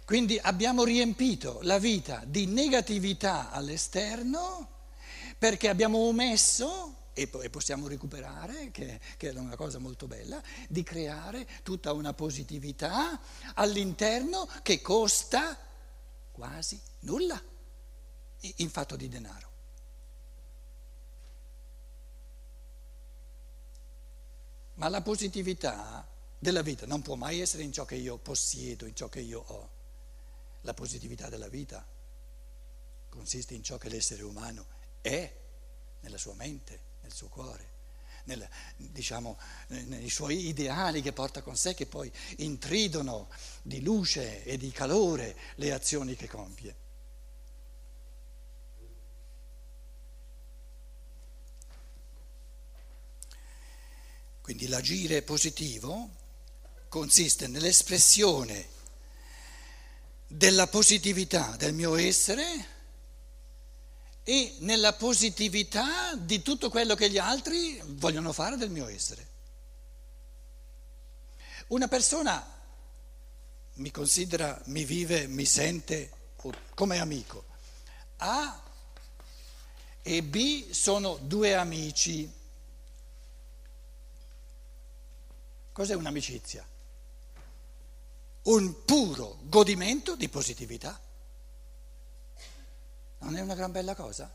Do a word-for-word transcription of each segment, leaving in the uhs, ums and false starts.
Quindi abbiamo riempito la vita di negatività all'esterno perché abbiamo omesso, e possiamo recuperare, che, che è una cosa molto bella, di creare tutta una positività all'interno che costa quasi nulla in fatto di denaro. Ma la positività della vita non può mai essere in ciò che io possiedo, in ciò che io ho. La positività della vita consiste in ciò che l'essere umano è nella sua mente, nel suo cuore, nel, diciamo, nei suoi ideali che porta con sé, che poi intridono di luce e di calore le azioni che compie. Quindi l'agire positivo consiste nell'espressione della positività del mio essere e nella positività di tutto quello che gli altri vogliono fare del mio essere. Una persona mi considera, mi vive, mi sente come amico. A e B sono due amici. Cos'è un'amicizia? Un puro godimento di positività. Non è una gran bella cosa?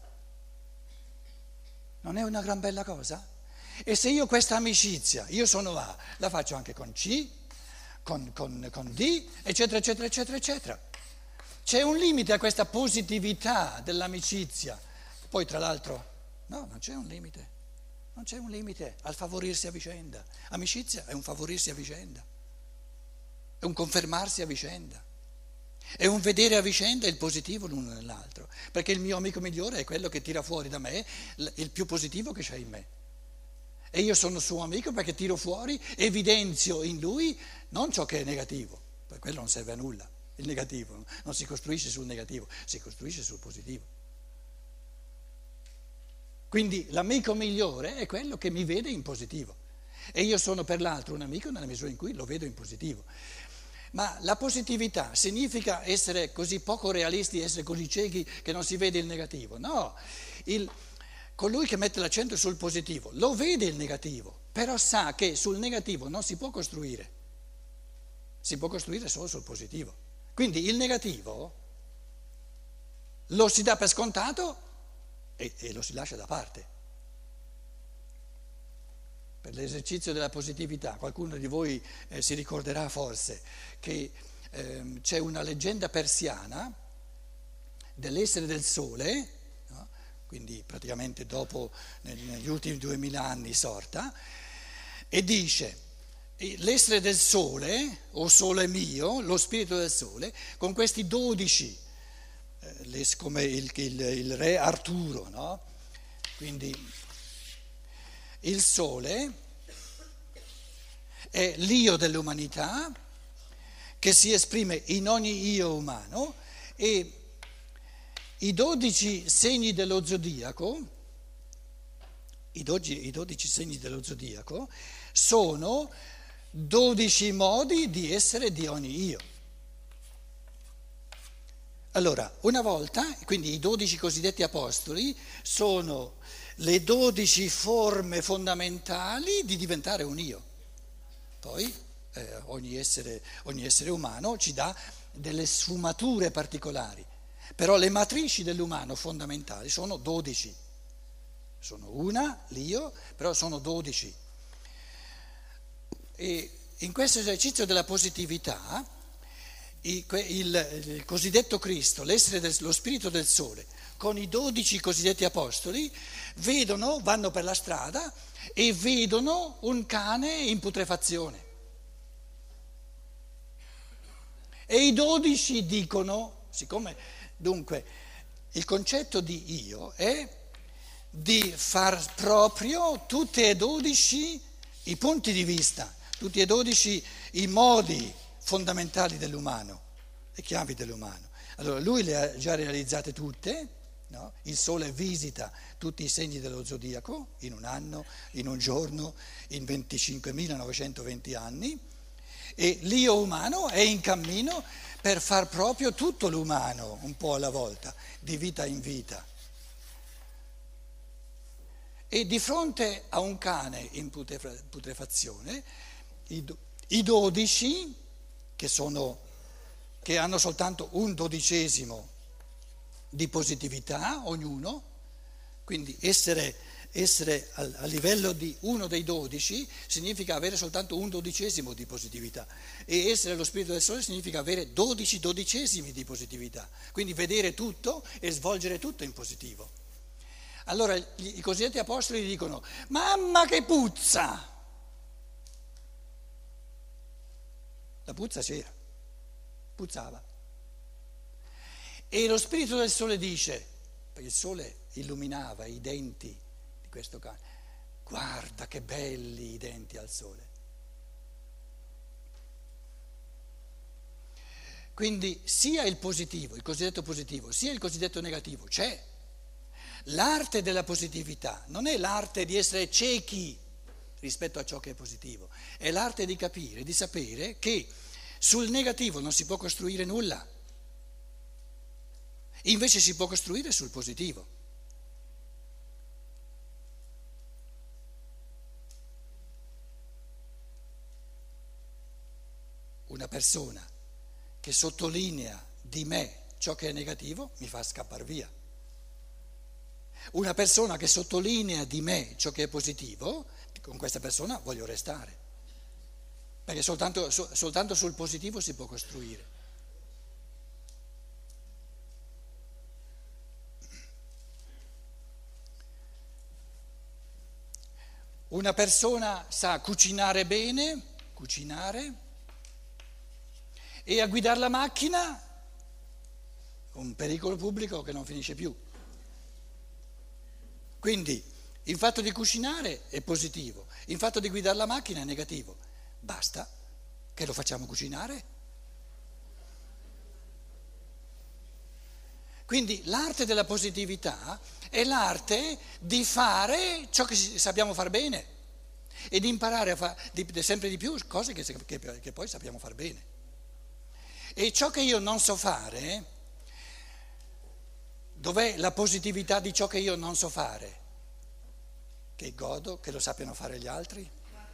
Non è una gran bella cosa? E se io questa amicizia, io sono A, la faccio anche con C, con, con, con D, eccetera, eccetera, eccetera, eccetera. C'è un limite a questa positività dell'amicizia. Poi tra l'altro, no, non c'è un limite. Non c'è un limite al favorirsi a vicenda. Amicizia è un favorirsi a vicenda. È un confermarsi a vicenda, è un vedere a vicenda il positivo l'uno nell'altro, perché il mio amico migliore è quello che tira fuori da me il più positivo che c'è in me. E io sono suo amico perché tiro fuori, evidenzio in lui non ciò che è negativo, per quello non serve a nulla, il negativo non si costruisce sul negativo, si costruisce sul positivo. Quindi l'amico migliore è quello che mi vede in positivo e io sono per l'altro un amico nella misura in cui lo vedo in positivo. Ma la positività significa essere così poco realisti, essere così ciechi che non si vede il negativo? No, il, colui che mette l'accento sul positivo lo vede il negativo, però sa che sul negativo non si può costruire, si può costruire solo sul positivo. Quindi il negativo lo si dà per scontato e, e lo si lascia da parte. Per l'esercizio della positività, qualcuno di voi eh, si ricorderà forse che eh, c'è una leggenda persiana dell'essere del sole, no? Quindi praticamente dopo, negli ultimi duemila anni sorta, e dice: l'essere del sole, o sole mio, lo spirito del sole, con questi dodici, eh, come il, il, il re Arturo, no? Quindi il sole è l'io dell'umanità che si esprime in ogni io umano e i dodici segni dello zodiaco, i dodici, i dodici segni dello zodiaco sono dodici modi di essere di ogni io. Allora, una volta, quindi i dodici cosiddetti apostoli sono le dodici forme fondamentali di diventare un io. Poi eh, ogni, essere, ogni essere umano ci dà delle sfumature particolari, però le matrici dell'umano fondamentali sono dodici. Sono una, l'io, però sono dodici. E in questo esercizio della positività, il, il, il cosiddetto Cristo, l'essere del, lo spirito del sole, con i dodici cosiddetti apostoli, vedono, vanno per la strada e vedono un cane in putrefazione. E i dodici dicono, siccome dunque il concetto di io è di far proprio tutti e dodici i punti di vista, tutti e dodici i modi fondamentali dell'umano, le chiavi dell'umano. Allora lui le ha già realizzate tutte. No? Il sole visita tutti i segni dello zodiaco in un anno, in un giorno, in venticinquemilanovecentoventi anni e l'io umano è in cammino per far proprio tutto l'umano, un po' alla volta, di vita in vita. E di fronte a un cane in putrefazione, i, i dodici, che, sono, che hanno soltanto un dodicesimo di positività, ognuno, quindi essere, essere a, a livello di uno dei dodici significa avere soltanto un dodicesimo di positività, e essere lo spirito del sole significa avere dodici dodicesimi di positività, quindi vedere tutto e svolgere tutto in positivo. Allora i cosiddetti apostoli dicono: mamma che puzza! La puzza c'era, puzzava. E lo spirito del sole dice, perché il sole illuminava i denti di questo cane, guarda che belli i denti al sole. Quindi sia il positivo, il cosiddetto positivo, sia il cosiddetto negativo c'è. L'arte della positività non è l'arte di essere ciechi rispetto a ciò che è positivo, è l'arte di capire, di sapere che sul negativo non si può costruire nulla, invece si può costruire sul positivo. Una persona che sottolinea di me ciò che è negativo mi fa scappare via. Una persona che sottolinea di me ciò che è positivo, con questa persona voglio restare, perché soltanto, soltanto sul positivo si può costruire. Una persona sa cucinare bene, cucinare, e a guidare la macchina, un pericolo pubblico che non finisce più. Quindi il fatto di cucinare è positivo, il fatto di guidare la macchina è negativo. Basta che lo facciamo cucinare. Quindi l'arte della positività è l'arte di fare ciò che sappiamo far bene e di imparare a fare sempre di più cose che, che, che poi sappiamo far bene. E ciò che io non so fare, dov'è la positività di ciò che io non so fare? Che godo, che lo sappiano fare gli altri?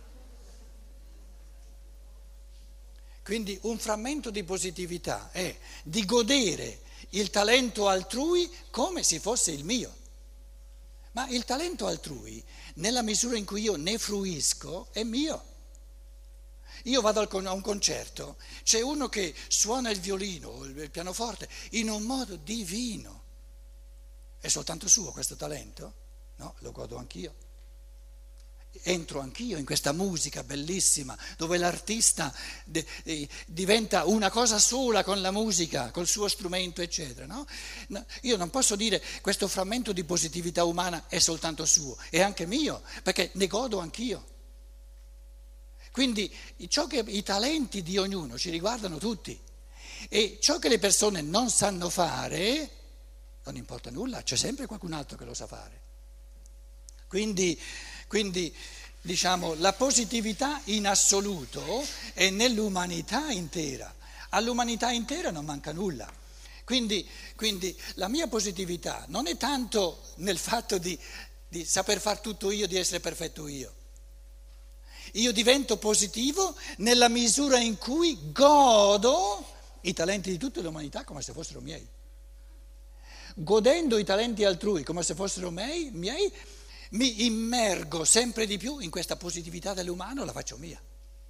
Quindi un frammento di positività è di godere il talento altrui come se fosse il mio. Ma il talento altrui, nella misura in cui io ne fruisco, è mio. Io vado a un concerto, c'è uno che suona il violino o il pianoforte in un modo divino. È soltanto suo questo talento? No, lo godo anch'io. Entro anch'io in questa musica bellissima dove l'artista de, de, diventa una cosa sola con la musica, col suo strumento, eccetera. No? No, io non posso dire questo frammento di positività umana è soltanto suo, è anche mio, perché ne godo anch'io. Quindi ciò che, i talenti di ognuno ci riguardano tutti, e ciò che le persone non sanno fare non importa nulla, c'è sempre qualcun altro che lo sa fare. Quindi, quindi diciamo, la positività in assoluto è nell'umanità intera, all'umanità intera non manca nulla. Quindi, quindi la mia positività non è tanto nel fatto di, di saper far tutto io, di essere perfetto io. Io divento positivo nella misura in cui godo i talenti di tutta l'umanità come se fossero miei. Godendo i talenti altrui come se fossero miei, miei, mi immergo sempre di più in questa positività dell'umano, la faccio mia.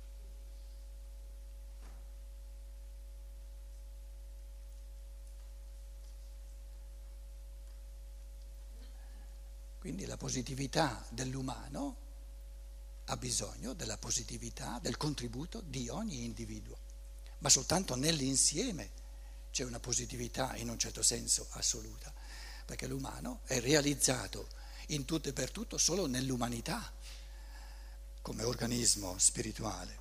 Quindi la positività dell'umano ha bisogno della positività, del contributo di ogni individuo, ma soltanto nell'insieme c'è una positività in un certo senso assoluta, perché l'umano è realizzato in tutto e per tutto solo nell'umanità come organismo spirituale.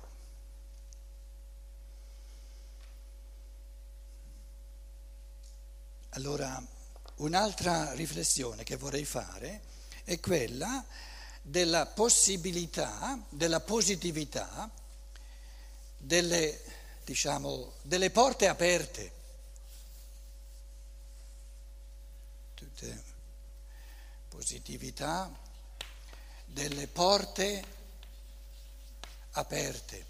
Allora, un'altra riflessione che vorrei fare è quella della possibilità, della positività delle, diciamo, delle porte aperte. Tutte positività, delle porte aperte.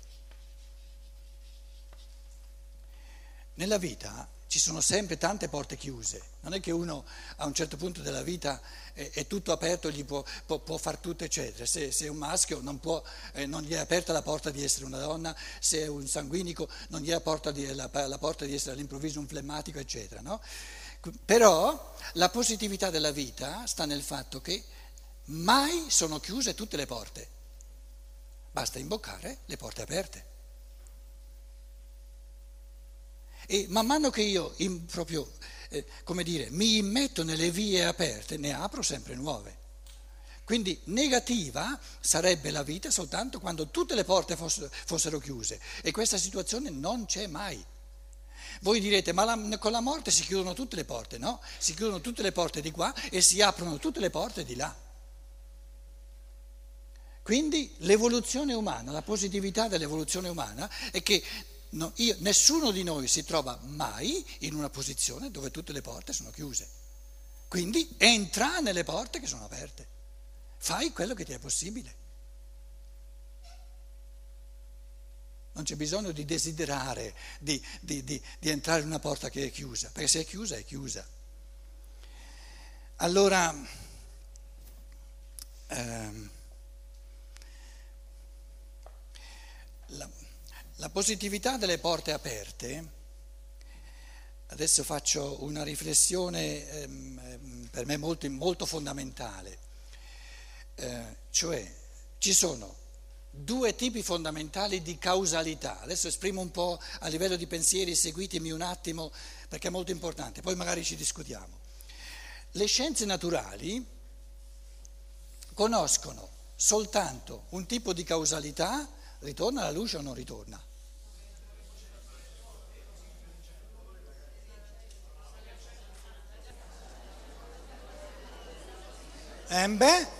Nella vita ci sono sempre tante porte chiuse, non è che uno a un certo punto della vita è, è tutto aperto, gli può, può, può far tutto eccetera. Se, se è un maschio non, può, eh, non gli è aperta la porta di essere una donna, se è un sanguinico non gli è aperta la, la porta di essere all'improvviso un flemmatico eccetera, no? Però la positività della vita sta nel fatto che mai sono chiuse tutte le porte, basta imboccare le porte aperte. E man mano che io in, proprio, eh, come dire, mi immetto nelle vie aperte, ne apro sempre nuove. Quindi negativa sarebbe la vita soltanto quando tutte le porte fossero, fossero chiuse, e questa situazione non c'è mai. Voi direte, ma la, con la morte si chiudono tutte le porte, no? Si chiudono tutte le porte di qua e si aprono tutte le porte di là. Quindi l'evoluzione umana, la positività dell'evoluzione umana è che no, io, nessuno di noi si trova mai in una posizione dove tutte le porte sono chiuse. Quindi entra nelle porte che sono aperte. Fai quello che ti è possibile. Non c'è bisogno di desiderare di, di, di, di entrare in una porta che è chiusa, perché se è chiusa è chiusa. Allora, ehm, la, la positività delle porte aperte, adesso faccio una riflessione ehm, per me molto, molto fondamentale, eh, cioè ci sono due tipi fondamentali di causalità. Adesso esprimo un po' a livello di pensieri, seguitemi un attimo perché è molto importante, poi magari ci discutiamo. Le scienze naturali conoscono soltanto un tipo di causalità, ritorna la luce o non ritorna? Eh beh?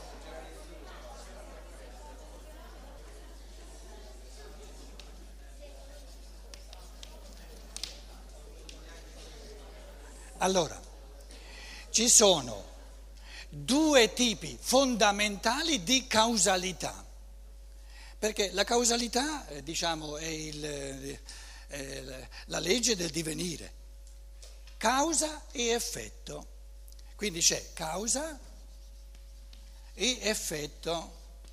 Allora, ci sono due tipi fondamentali di causalità, perché la causalità, eh, diciamo, è, il, eh, è la legge del divenire, causa e effetto, quindi c'è causa e effetto.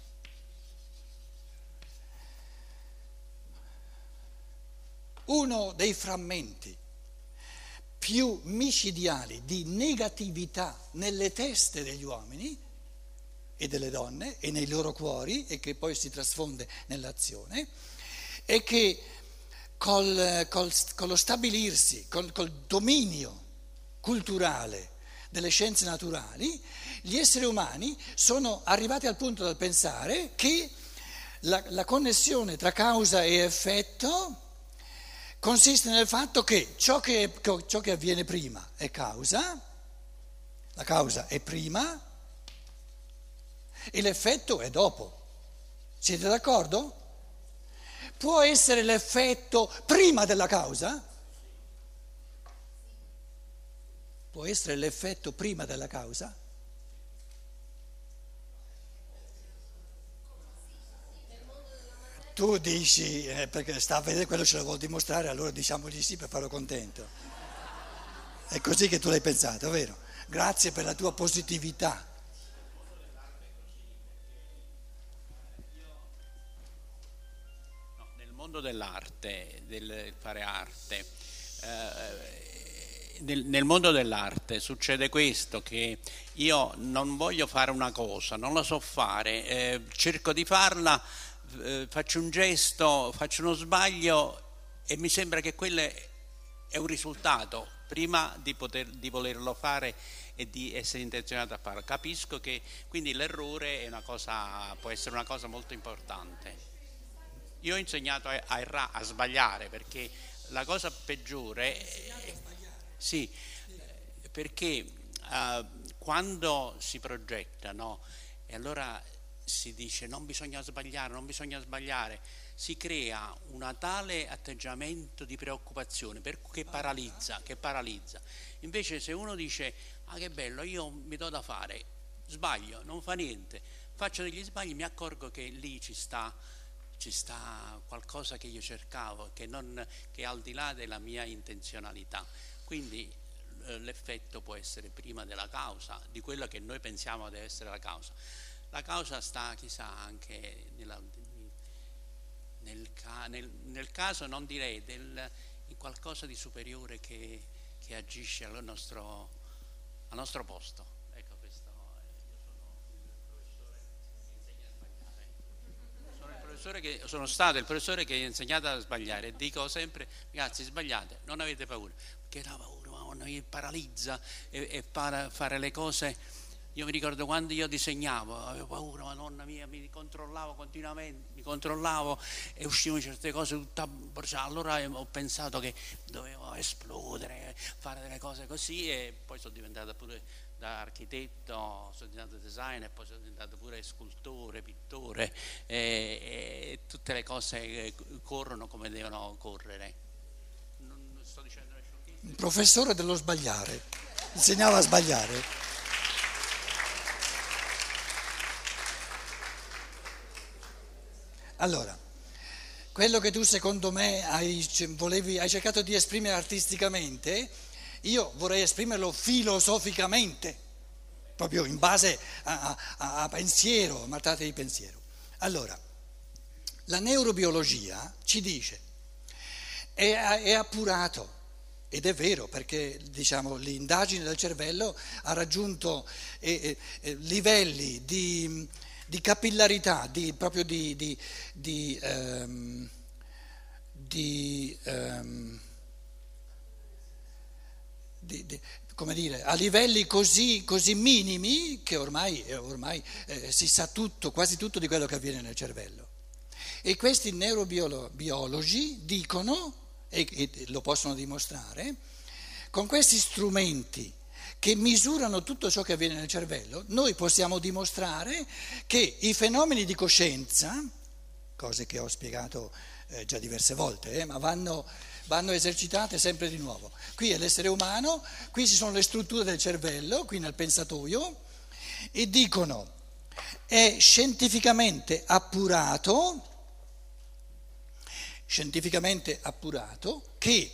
Uno dei frammenti più micidiali di negatività nelle teste degli uomini e delle donne e nei loro cuori, e che poi si trasfonde nell'azione, è che col, col, con lo stabilirsi, col, col dominio culturale delle scienze naturali, gli esseri umani sono arrivati al punto da pensare che la, la connessione tra causa e effetto consiste nel fatto che ciò che, ciò che avviene prima è causa, la causa è prima e l'effetto è dopo. Siete d'accordo? Può essere l'effetto prima della causa? Può essere l'effetto prima della causa? Tu dici, eh, perché sta a vedere quello ce lo vuol dimostrare, allora diciamogli sì per farlo contento. È così che tu l'hai pensato, vero? Grazie per la tua positività. No, nel mondo dell'arte, del fare arte, eh, nel, nel mondo dell'arte succede questo, che io non voglio fare una cosa, non la so fare, eh, cerco di farla, eh, faccio un gesto, faccio uno sbaglio e mi sembra che quello è, è un risultato prima di, poter, di volerlo fare e di essere intenzionato a farlo. Capisco che quindi l'errore è una cosa, può essere una cosa molto importante. Io ho insegnato a, a, erra, a sbagliare, perché la cosa peggiore è, sì, perché uh, quando si progetta, no, e allora si dice non bisogna sbagliare, non bisogna sbagliare, si crea un tale atteggiamento di preoccupazione per, che paralizza, che paralizza. Invece se uno dice, ah che bello, io mi do da fare, sbaglio, non fa niente, faccio degli sbagli, mi accorgo che lì ci sta, ci sta qualcosa che io cercavo, che, non, che è al di là della mia intenzionalità. Quindi eh, l'effetto può essere prima della causa, di quello che noi pensiamo deve essere la causa. La causa sta, chissà, anche nella, nel, nel, nel caso, non direi, del, in qualcosa di superiore che, che agisce al nostro, al nostro posto. Ecco, questo, io sono il professore che insegna a sbagliare. Sono, il professore che, sono stato il professore che ha insegnato a sbagliare e dico sempre, ragazzi, sbagliate, non avete paura, perché la paura mi paralizza e, e para, fare le cose. Io mi ricordo quando io disegnavo, avevo paura, madonna mia, mi controllavo continuamente, mi controllavo e uscivano certe cose tutta bruciate. Allora ho pensato che dovevo esplodere, fare delle cose così, e poi sono diventato pure da architetto, sono diventato designer, poi sono diventato pure scultore, pittore, e, e tutte le cose corrono come devono correre. Non sto dicendo le sciocchezze. Un professore dello sbagliare, insegnava a sbagliare. Allora, quello che tu secondo me hai, volevi, hai cercato di esprimere artisticamente, io vorrei esprimerlo filosoficamente, proprio in base a, a, a pensiero, a mattate di pensiero. Allora, la neurobiologia ci dice, è, è appurato, ed è vero, perché diciamo, l'indagine del cervello ha raggiunto eh, eh, livelli di... di capillarità, di, proprio di, di, di, um, di, um, di, di come dire, a livelli così, così minimi che ormai, ormai eh, si sa tutto, quasi tutto di quello che avviene nel cervello. E questi neurobiologi dicono, e, e lo possono dimostrare, con questi strumenti che misurano tutto ciò che avviene nel cervello, noi possiamo dimostrare che i fenomeni di coscienza, cose che ho spiegato eh, già diverse volte, eh, ma vanno, vanno esercitate sempre di nuovo. Qui è l'essere umano, qui ci sono le strutture del cervello, qui nel pensatoio, e dicono, è scientificamente appurato, scientificamente appurato che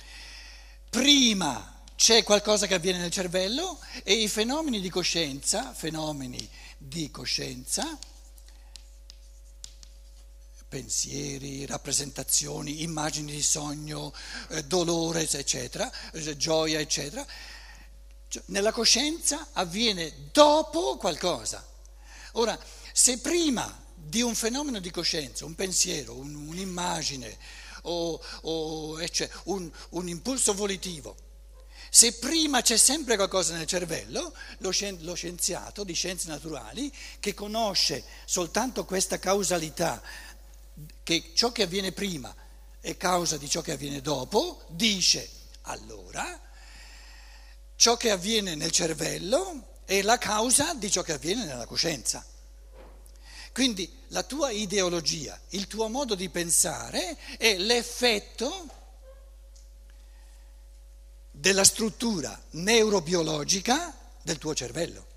prima c'è qualcosa che avviene nel cervello e i fenomeni di coscienza, fenomeni di coscienza, pensieri, rappresentazioni, immagini di sogno, eh, dolore, eccetera, eh, gioia, eccetera, cioè, nella coscienza avviene dopo qualcosa. Ora, se prima di un fenomeno di coscienza, un pensiero, un, un'immagine o, o cioè, un, un impulso volitivo, se prima c'è sempre qualcosa nel cervello, lo scienziato di scienze naturali, che conosce soltanto questa causalità, che ciò che avviene prima è causa di ciò che avviene dopo, dice allora ciò che avviene nel cervello è la causa di ciò che avviene nella coscienza. Quindi la tua ideologia, il tuo modo di pensare è l'effetto della struttura neurobiologica del tuo cervello.